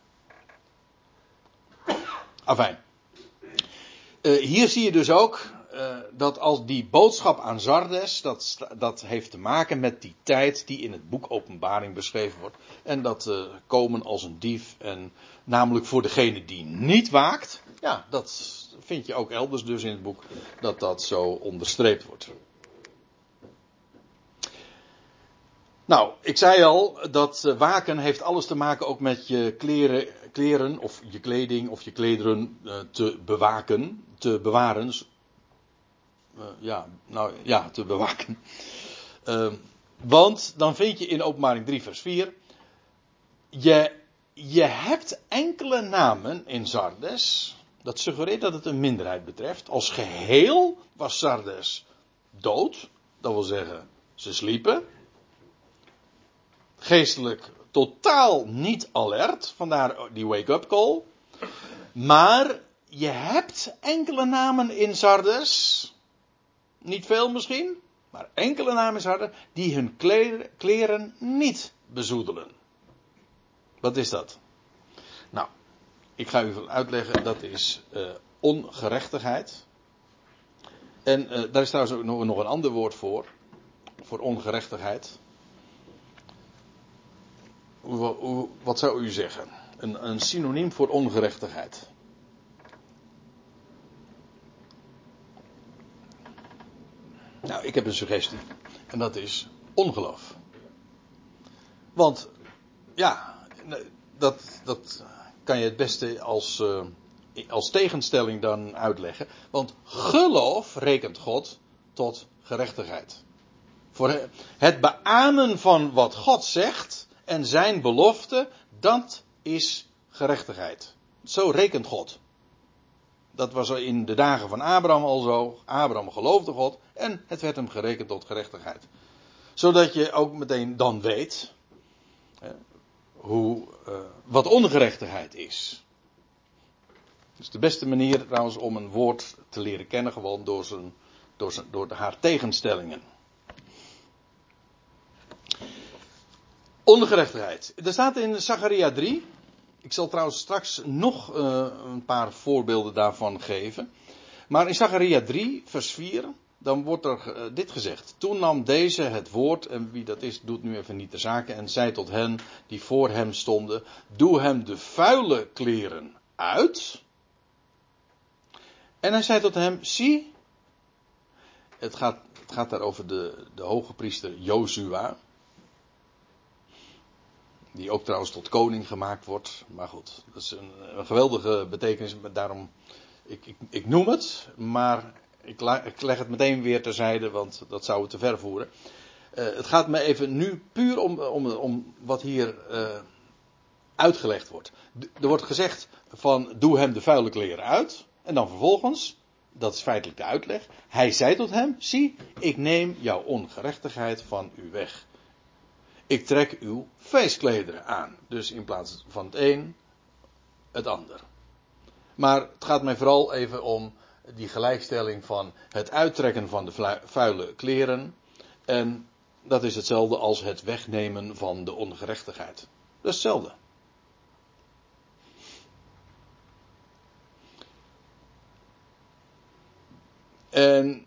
Speaker 1: Afijn. Uh, hier zie je dus ook uh, dat als die boodschap aan Sardes, dat, dat heeft te maken met die tijd die in het boek Openbaring beschreven wordt. En dat uh, komen als een dief. En namelijk voor degene die niet waakt. Ja, dat vind je ook elders dus in het boek. Dat dat zo onderstreept wordt. Nou, ik zei al, dat uh, waken heeft alles te maken ook met je kleren, kleren of je kleding of je klederen uh, te bewaken, te bewaren. Uh, ja, nou ja, te bewaken. Uh, want dan vind je in Openbaring drie vers vier, je, je hebt enkele namen in Sardes, dat suggereert dat het een minderheid betreft. Als geheel was Sardes dood, dat wil zeggen, ze sliepen. Geestelijk totaal niet alert, vandaar die wake-up call. Maar je hebt enkele namen in Sardes, niet veel misschien, maar enkele namen in Sardes, die hun kleren, kleren niet bezoedelen. Wat is dat? Nou, ik ga u uitleggen, dat is uh, ongerechtigheid. En uh, daar is trouwens ook nog, nog een ander woord voor, voor ongerechtigheid. Wat zou u zeggen? Een, een synoniem voor ongerechtigheid. Nou, ik heb een suggestie. En dat is ongeloof. Want, ja, dat, dat kan je het beste als, uh, als tegenstelling dan uitleggen. Want geloof rekent God tot gerechtigheid. Voor het beamen van wat God zegt en zijn belofte, dat is gerechtigheid. Zo rekent God. Dat was in de dagen van Abraham al zo. Abraham geloofde God en het werd hem gerekend tot gerechtigheid. Zodat je ook meteen dan weet, hoe, uh, wat ongerechtigheid is. Dat is de beste manier trouwens om een woord te leren kennen, gewoon door, zijn, door, zijn, door haar tegenstellingen. Ongerechtigheid. Er staat in Zacharia drie. Ik zal trouwens straks nog uh, een paar voorbeelden daarvan geven. Maar in Zacharia drie, vers vier, dan wordt er uh, dit gezegd. Toen nam deze het woord, en wie dat is, doet nu even niet de zaken, en zei tot hen die voor hem stonden: doe hem de vuile kleren uit. En hij zei tot hem: zie, het gaat, het gaat daar over de, de hoge priester Jozua. Die ook trouwens tot koning gemaakt wordt. Maar goed, dat is een, een geweldige betekenis. Daarom, ik, ik, ik noem het, maar ik, la, ik leg het meteen weer terzijde, want dat zou het te ver voeren. Uh, het gaat me even nu puur om, om, om wat hier uh, uitgelegd wordt. D- er wordt gezegd van, doe hem de vuile kleren uit. En dan vervolgens, dat is feitelijk de uitleg. Hij zei tot hem: zie, ik neem jouw ongerechtigheid van u weg. Ik trek uw feestklederen aan. Dus in plaats van het een, het ander. Maar het gaat mij vooral even om die gelijkstelling van het uittrekken van de vuile kleren. En dat is hetzelfde als het wegnemen van de ongerechtigheid. Dat is hetzelfde. En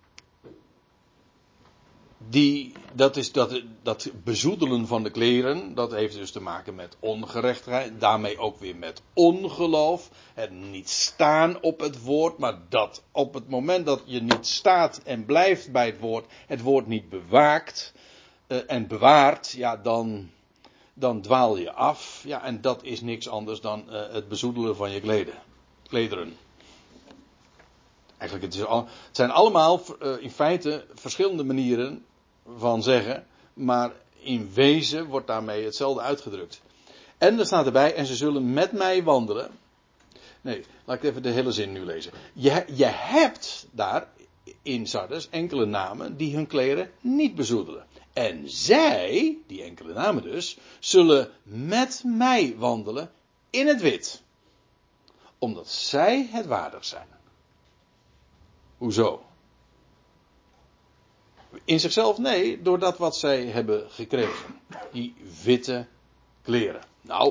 Speaker 1: Die, dat is dat, dat bezoedelen van de kleren, dat heeft dus te maken met ongerechtigheid. Daarmee ook weer met ongeloof. Het niet staan op het woord, maar dat op het moment dat je niet staat en blijft bij het woord, het woord niet bewaakt uh, en bewaart, ja, dan, dan dwaal je af. Ja, en dat is niks anders dan uh, het bezoedelen van je kleden, klederen. Eigenlijk, het, is al, het zijn allemaal uh, in feite verschillende manieren van zeggen, maar in wezen wordt daarmee hetzelfde uitgedrukt. En er staat erbij: en ze zullen met mij wandelen. Nee, laat ik even de hele zin nu lezen. Je, je hebt daar in Sardes enkele namen die hun kleren niet bezoedelen. En zij, die enkele namen dus, zullen met mij wandelen in het wit. Omdat zij het waardig zijn. Hoezo? In zichzelf nee, door dat wat zij hebben gekregen. Die witte kleren. Nou,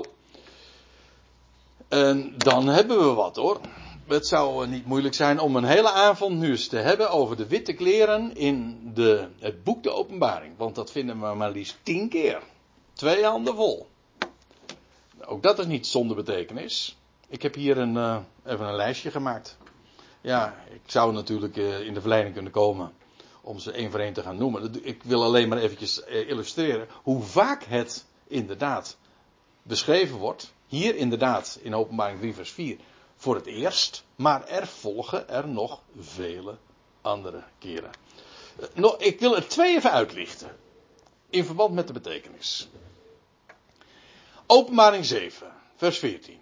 Speaker 1: en dan hebben we wat hoor. Het zou niet moeilijk zijn om een hele avond nu eens te hebben over de witte kleren in de, het boek De Openbaring. Want dat vinden we maar liefst tien keer. Twee handen vol. Ook dat is niet zonder betekenis. Ik heb hier een, uh, even een lijstje gemaakt. Ja, ik zou natuurlijk uh, in de verleiding kunnen komen om ze één voor één te gaan noemen. Ik wil alleen maar eventjes uh, illustreren hoe vaak het inderdaad beschreven wordt. Hier inderdaad in Openbaring drie vers vier voor het eerst. Maar er volgen er nog vele andere keren. Uh, nog, ik wil er twee even uitlichten. In verband met de betekenis. Openbaring zeven vers veertien.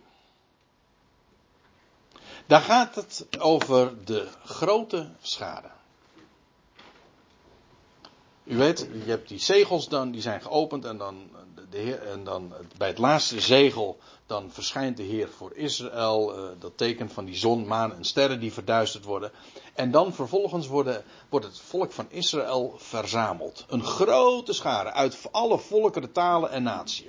Speaker 1: Daar gaat het over de grote schade. U weet, je hebt die zegels dan, die zijn geopend en dan, de heer, en dan bij het laatste zegel, dan verschijnt de Heer voor Israël, uh, dat teken van die zon, maan en sterren die verduisterd worden. En dan vervolgens worden, wordt het volk van Israël verzameld. Een grote schare uit alle volkeren, talen en natieën.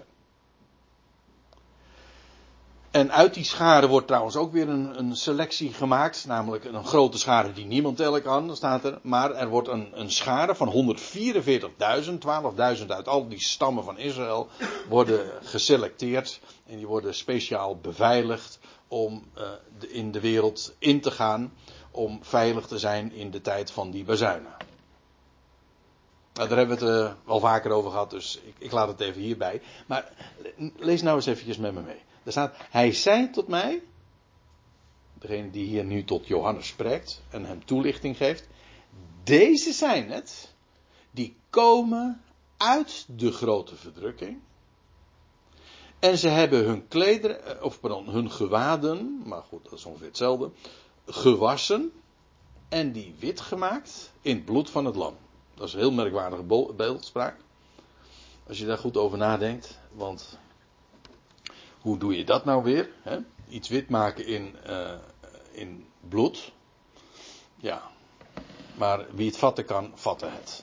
Speaker 1: En uit die schare wordt trouwens ook weer een, een selectie gemaakt. Namelijk een grote schare die niemand tellen kan, dat staat er. Maar er wordt een, een schare van honderdvierenveertigduizend, twaalfduizend uit al die stammen van Israël worden geselecteerd. En die worden speciaal beveiligd om uh, de, in de wereld in te gaan. Om veilig te zijn in de tijd van die bazuinen. Nou, daar hebben we het uh, wel vaker over gehad, dus ik, ik laat het even hierbij. Maar lees nou eens eventjes met me mee. Er staat: hij zei tot mij, degene die hier nu tot Johannes spreekt en hem toelichting geeft, deze zijn het die komen uit de grote verdrukking. En ze hebben hun klederen, of pardon, hun gewaden, maar goed, dat is ongeveer hetzelfde, gewassen en die wit gemaakt in het bloed van het lam. Dat is een heel merkwaardige beeldspraak. Als je daar goed over nadenkt, want Hoe doe je dat nou weer? Hè? Iets wit maken in, uh, in bloed. Ja. Maar wie het vatten kan, vatten het.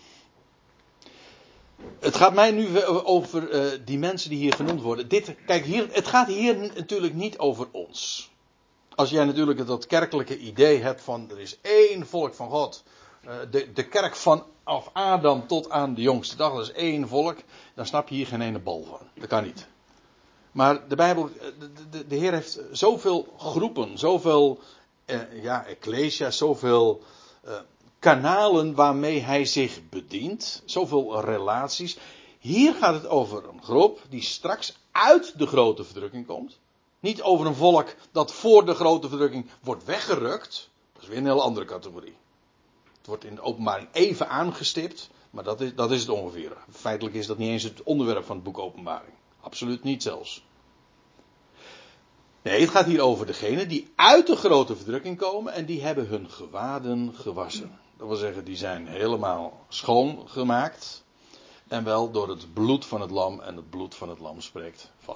Speaker 1: Het gaat mij nu over uh, die mensen die hier genoemd worden. Dit, kijk, hier, het gaat hier natuurlijk niet over ons. Als jij natuurlijk dat kerkelijke idee hebt van er is één volk van God. Uh, de, de kerk vanaf Adam tot aan de jongste dag, dat is één volk. Dan snap je hier geen ene bal van. Dat kan niet. Maar de Bijbel, de, de, de Heer heeft zoveel groepen, zoveel, uh, ja, ecclesia, zoveel uh, kanalen waarmee hij zich bedient. Zoveel relaties. Hier gaat het over een groep die straks uit de grote verdrukking komt. Niet over een volk dat voor de grote verdrukking wordt weggerukt. Dat is weer een heel andere categorie. Het wordt in de Openbaring even aangestipt, maar dat is, dat is het ongeveer. Feitelijk is dat niet eens het onderwerp van het boek Openbaring. Absoluut niet zelfs. Nee, het gaat hier over degenen die uit de grote verdrukking komen en die hebben hun gewaden gewassen. Dat wil zeggen, die zijn helemaal schoongemaakt. En wel door het bloed van het lam, en het bloed van het lam spreekt van.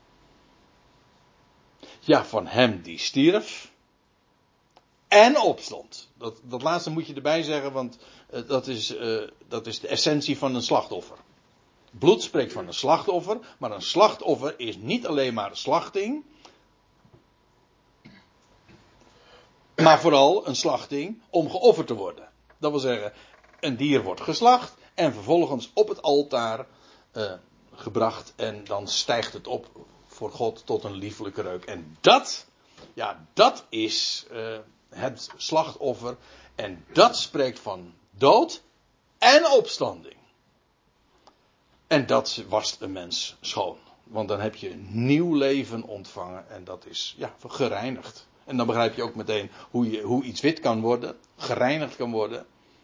Speaker 1: Ja, van hem die stierf en opstond. Dat, dat laatste moet je erbij zeggen, want uh, dat, is, uh, dat is de essentie van een slachtoffer. Bloed spreekt van een slachtoffer, maar een slachtoffer is niet alleen maar slachting, maar vooral een slachting om geofferd te worden. Dat wil zeggen, een dier wordt geslacht en vervolgens op het altaar uh, gebracht en dan stijgt het op voor God tot een liefelijke reuk. En dat, ja, dat is uh, het slachtoffer en dat spreekt van dood en opstanding. En dat wast een mens schoon. Want dan heb je nieuw leven ontvangen en dat is, ja, gereinigd. En dan begrijp je ook meteen hoe, je, hoe iets wit kan worden, gereinigd kan worden.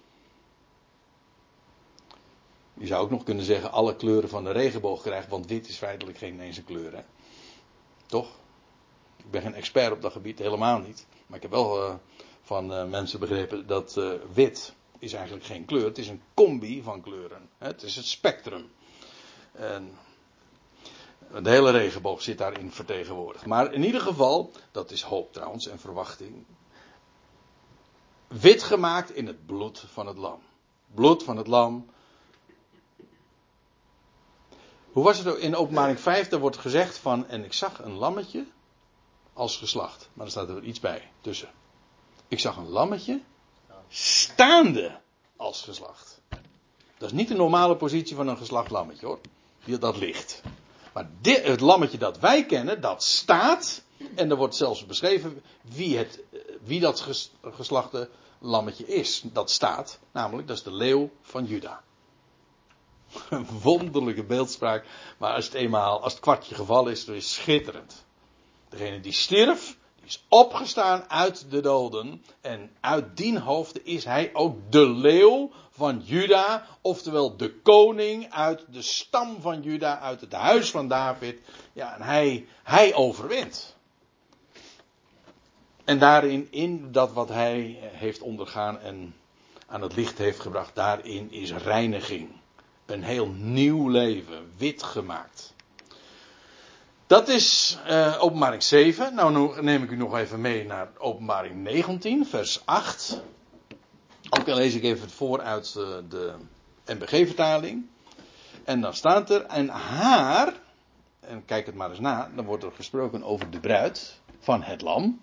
Speaker 1: Je zou ook nog kunnen zeggen, alle kleuren van de regenboog krijgt, want wit is feitelijk geen eens een kleur, hè? Toch? Ik ben geen expert op dat gebied, helemaal niet. Maar ik heb wel uh, van uh, mensen begrepen dat uh, wit is eigenlijk geen kleur. Het is een combi van kleuren. Hè? Het is het spectrum. En de hele regenboog zit daarin vertegenwoordigd. Maar in ieder geval, dat is hoop trouwens en verwachting. Wit gemaakt in het bloed van het lam. Bloed van het lam. Hoe was het in Openbaring vijf? Daar wordt gezegd van, en ik zag een lammetje als geslacht. Maar er staat er iets bij tussen. Ik zag een lammetje staande als geslacht. Dat is niet de normale positie van een geslacht lammetje, hoor. Dat ligt. Maar dit, het lammetje dat wij kennen, dat staat. En er wordt zelfs beschreven wie, het, wie dat ges, geslachte lammetje is. Dat staat, namelijk, dat is de leeuw van Juda. Een wonderlijke beeldspraak. Maar als het eenmaal, als het kwartje gevallen is, dan is het schitterend. Degene die stierf, die is opgestaan uit de doden. En uit dien hoofde is hij ook de leeuw van Juda. Oftewel de koning uit de stam van Juda, uit het huis van David. Ja, en hij, hij overwint. En daarin, in dat wat hij heeft ondergaan en aan het licht heeft gebracht, daarin is reiniging. Een heel nieuw leven, wit gemaakt. Dat is uh, Openbaring zeven. Nou neem ik u nog even mee naar Openbaring negentien, vers acht. Ook dan lees ik even het voor uit uh, de N B G-vertaling. En dan staat er, en haar, en kijk het maar eens na, dan wordt er gesproken over de bruid van het lam.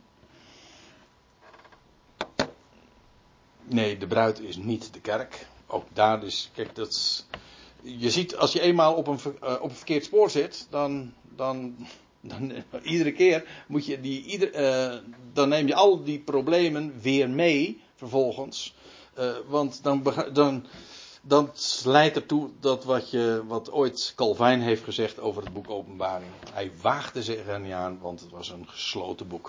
Speaker 1: Nee, de bruid is niet de kerk. Ook daar is, kijk, dat is, je ziet, als je eenmaal op een, uh, op een verkeerd spoor zit, dan, dan, dan uh, iedere keer moet je die, ieder, uh, dan neem je al die problemen weer mee, vervolgens. Uh, want dan, dan, dan leidt ertoe dat wat, je, wat ooit Calvijn heeft gezegd over het boek Openbaring. Hij waagde zich er niet aan, want het was een gesloten boek.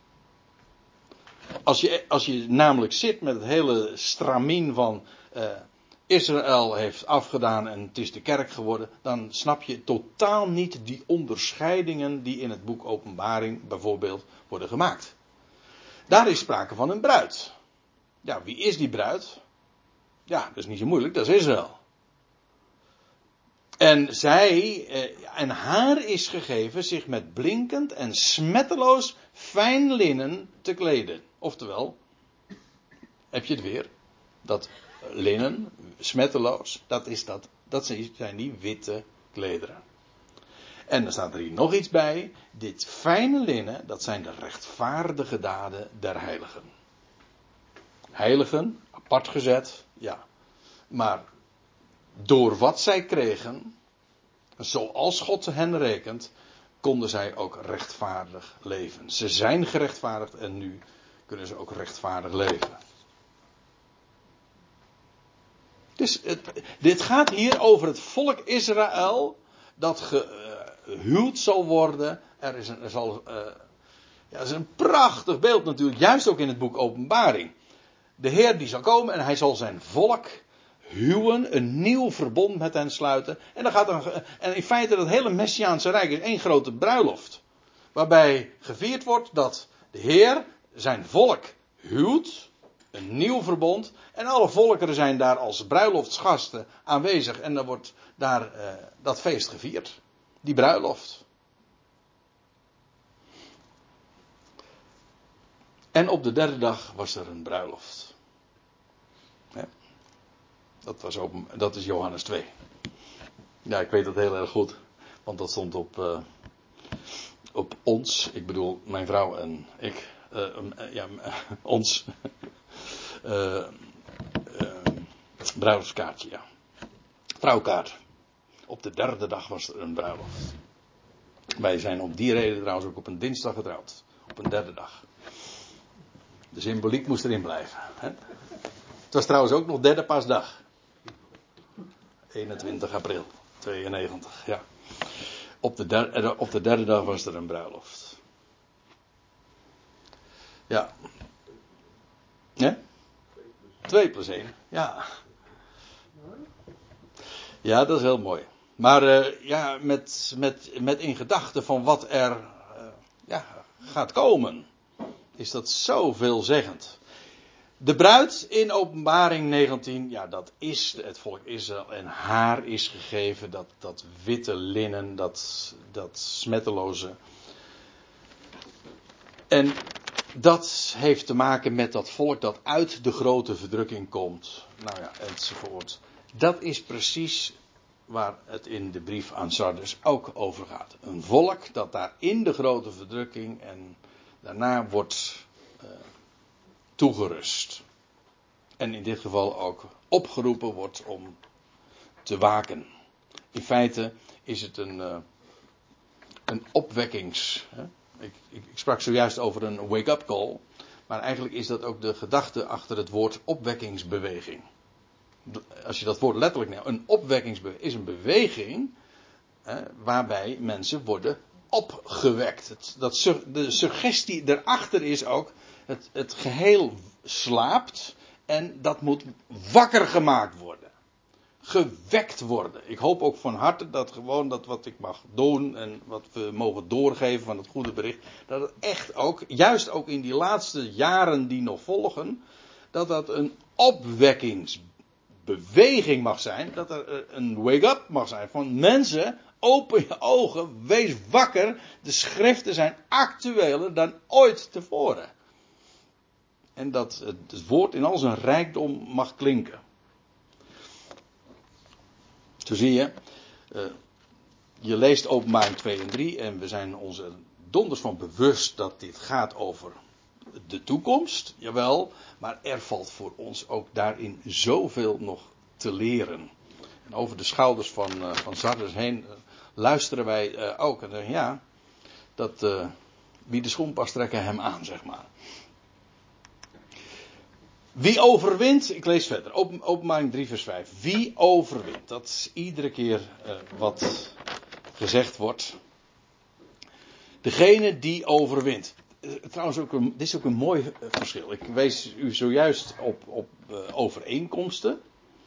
Speaker 1: Als je, als je namelijk zit met het hele stramien van uh, Israël heeft afgedaan en het is de kerk geworden, dan snap je totaal niet die onderscheidingen die in het boek Openbaring bijvoorbeeld worden gemaakt. Daar is sprake van een bruid. Ja, wie is die bruid? Ja, dat is niet zo moeilijk, dat is Israël. En zij, en haar is gegeven zich met blinkend en smetteloos fijn linnen te kleden. Oftewel, heb je het weer? Dat linnen, smetteloos, dat is dat, dat zijn die witte klederen. En dan staat er hier nog iets bij. Dit fijne linnen, dat zijn de rechtvaardige daden der heiligen. Heiligen, apart gezet, ja. Maar door wat zij kregen, zoals God hen rekent, konden zij ook rechtvaardig leven. Ze zijn gerechtvaardigd en nu kunnen ze ook rechtvaardig leven. Dus het, dit gaat hier over het volk Israël dat gehuwd zal worden. Er is een, er zal, uh, ja, dat is een prachtig beeld natuurlijk, juist ook in het boek Openbaring. De Heer die zal komen en hij zal zijn volk huwen, een nieuw verbond met hen sluiten. En, dan gaat er, en in feite dat hele Messiaanse Rijk is één grote bruiloft. Waarbij gevierd wordt dat de Heer zijn volk huwt. Een nieuw verbond. En alle volkeren zijn daar als bruiloftsgasten aanwezig. En dan wordt daar uh, dat feest gevierd. Die bruiloft. En op de derde dag was er een bruiloft. Ja. Dat, was open, dat is Johannes twee. Ja, ik weet dat heel erg goed. Want dat stond op, uh, op ons. Ik bedoel, mijn vrouw en ik. Uh, uh, ja, uh, ons. Uh, uh, bruiloftskaartje, ja. Trouwkaart. Op de derde dag was er een bruiloft. Wij zijn om die reden trouwens ook op een dinsdag getrouwd. Op een derde dag. De symboliek moest erin blijven. Hè? Het was trouwens ook nog derde paasdag. eenentwintig april tweeënnegentig, ja. Op de, derde, op de derde dag was er een bruiloft. Ja. Ja? Twee plus één, ja. Ja, dat is heel mooi. Maar uh, ja, met, met, met in gedachten van wat er uh, ja, gaat komen, is dat zo veelzeggend. De bruid in Openbaring negentien, ja, dat is het volk Israël. En haar is gegeven dat, dat witte linnen, dat, dat smetteloze. En dat heeft te maken met dat volk dat uit de grote verdrukking komt. Nou ja, enzovoort. Dat is precies waar het in de brief aan Sardes ook over gaat. Een volk dat daar in de grote verdrukking en daarna wordt uh, toegerust. En in dit geval ook opgeroepen wordt om te waken. In feite is het een, uh, een opwekkings... Hè? Ik, ik, ik sprak zojuist over een wake-up call. Maar eigenlijk is dat ook de gedachte achter het woord opwekkingsbeweging. Als je dat woord letterlijk neemt. Een opwekkingsbeweging is een beweging hè, waarbij mensen worden opgewekt. Het, dat, de suggestie erachter is ook. Het, het geheel slaapt. En dat moet wakker gemaakt worden. Gewekt worden. Ik hoop ook van harte dat gewoon dat wat ik mag doen en wat we mogen doorgeven van het goede bericht, dat het echt ook, juist ook in die laatste jaren die nog volgen, dat dat een opwekkingsbeweging mag zijn, dat er een wake-up mag zijn van mensen, open je ogen, wees wakker, de schriften zijn actueler dan ooit tevoren. En dat het woord in al zijn rijkdom mag klinken. Zo zie je, uh, je leest Openbaring twee en drie en we zijn ons er donders van bewust dat dit gaat over de toekomst, jawel, maar er valt voor ons ook daarin zoveel nog te leren. En over de schouders van, uh, van Sardes heen uh, luisteren wij uh, ook en zeggen ja, dat uh, wie de schoen past trekken hem aan, zeg maar. Wie overwint, ik lees verder, Open, Openbaring drie vers vijf. Wie overwint, dat is iedere keer uh, wat gezegd wordt. Degene die overwint. Uh, trouwens, ook een, dit is ook een mooi uh, verschil. Ik wees u zojuist op, op uh, overeenkomsten.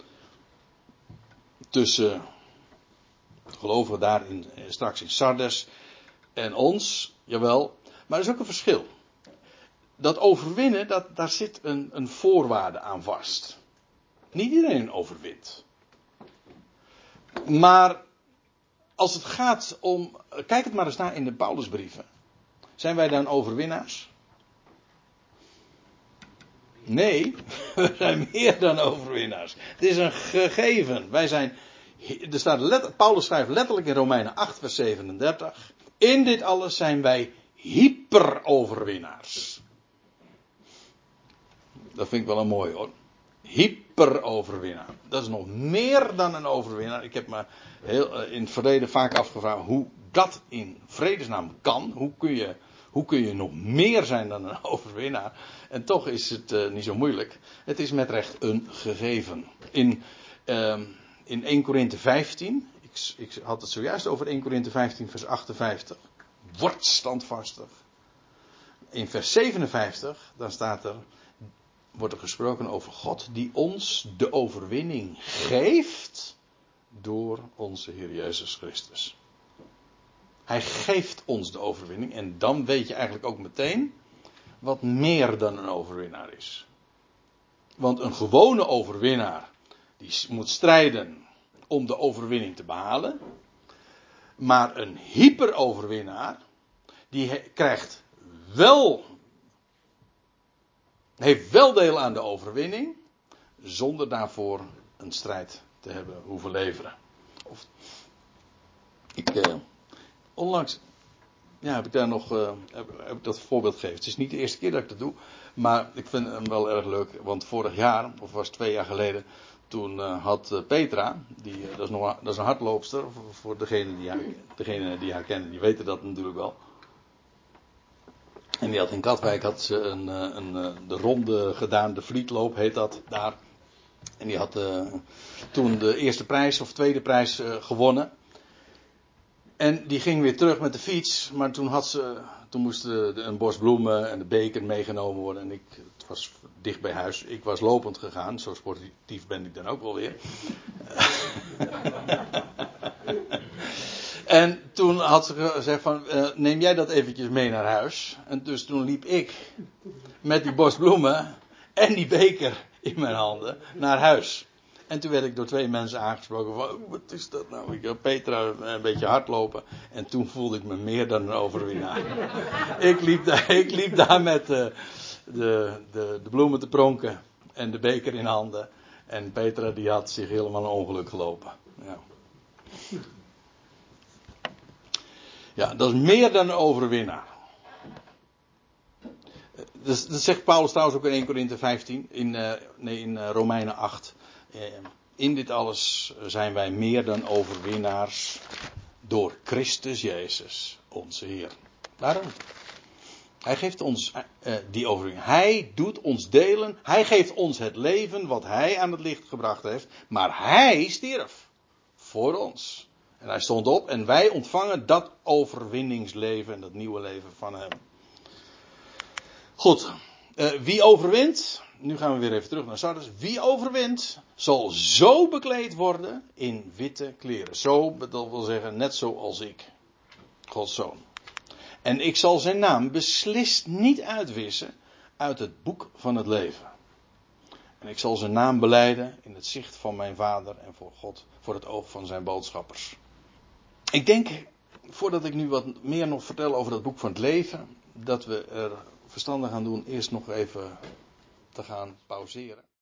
Speaker 1: Tussen gelovigen daar in, uh, straks in Sardes en ons, jawel. Maar er is ook een verschil. Dat overwinnen, dat, daar zit een, een voorwaarde aan vast. Niet iedereen overwint. Maar als het gaat om, kijk het maar eens na in de Paulusbrieven. Zijn wij dan overwinnaars? Nee, we zijn meer dan overwinnaars. Het is een gegeven. Wij zijn, er staat let, Paulus schrijft letterlijk in Romeinen acht vers zevenendertig. In dit alles zijn wij hyperoverwinnaars. Dat vind ik wel een mooi hoor. Hyperoverwinnaar. Dat is nog meer dan een overwinnaar. Ik heb me heel, in het verleden vaak afgevraagd hoe dat in vredesnaam kan. Hoe kun je, hoe kun je nog meer zijn dan een overwinnaar? En toch is het uh, niet zo moeilijk. Het is met recht een gegeven. In, uh, in eerste Korinthe vijftien. Ik, ik had het zojuist over eerste Korinthe vijftien vers achtenvijftig. Word standvastig. In vers zevenenvijftig, dan staat er, wordt er gesproken over God die ons de overwinning geeft door onze Heer Jezus Christus. Hij geeft ons de overwinning en dan weet je eigenlijk ook meteen wat meer dan een overwinnaar is. Want een gewone overwinnaar die moet strijden om de overwinning te behalen. Maar een hyperoverwinnaar die he- krijgt wel, heeft wel deel aan de overwinning, zonder daarvoor een strijd te hebben hoeven leveren. Of, ik, eh, onlangs ja, heb ik daar nog uh, heb, heb ik dat voorbeeld gegeven. Het is niet de eerste keer dat ik dat doe, maar ik vind hem wel erg leuk. Want vorig jaar, of was het twee jaar geleden, toen uh, had uh, Petra, die, uh, dat, is nog, dat is een hardloopster, voor, voor degenen die haar, degene die haar kennen, die weten dat natuurlijk wel. En die had in Katwijk had ze een, een, een, de ronde gedaan, de Vlietloop heet dat daar. En die had uh, toen de eerste prijs of tweede prijs uh, gewonnen. En die ging weer terug met de fiets, maar toen had ze, toen moesten een bos bloemen en de beker meegenomen worden. En ik, het was dicht bij huis, ik was lopend gegaan, zo sportief ben ik dan ook wel weer. En toen had ze gezegd van, uh, neem jij dat eventjes mee naar huis. En dus toen liep ik met die bos bloemen en die beker in mijn handen naar huis. En toen werd ik door twee mensen aangesproken van, oh, wat is dat nou? Ik had Petra een beetje hardlopen. En toen voelde ik me meer dan een overwinnaar. ik, liep daar, ik liep daar met uh, de, de, de bloemen te pronken en de beker in handen. En Petra die had zich helemaal een ongeluk gelopen. Ja. Ja, dat is meer dan een overwinnaar. Dus, dat zegt Paulus trouwens ook in eerste Korinthe vijftien, in, uh, nee, in uh, Romeinen acht. Uh, in dit alles zijn wij meer dan overwinnaars door Christus Jezus, onze Heer. Waarom? Hij geeft ons uh, die overwinning. Hij doet ons delen. Hij geeft ons het leven wat hij aan het licht gebracht heeft. Maar hij stierf voor ons. En hij stond op en wij ontvangen dat overwinningsleven en dat nieuwe leven van hem. Goed, uh, wie overwint, nu gaan we weer even terug naar Sardes. Wie overwint, zal zo bekleed worden in witte kleren. Zo, dat wil zeggen, net zoals ik, Gods Zoon. En ik zal zijn naam beslist niet uitwissen uit het boek van het leven. En ik zal zijn naam belijden in het zicht van mijn Vader en voor God, voor het oog van zijn boodschappers. Ik denk, voordat ik nu wat meer nog vertel over dat boek van het leven, dat we er verstandig aan doen eerst nog even te gaan pauzeren.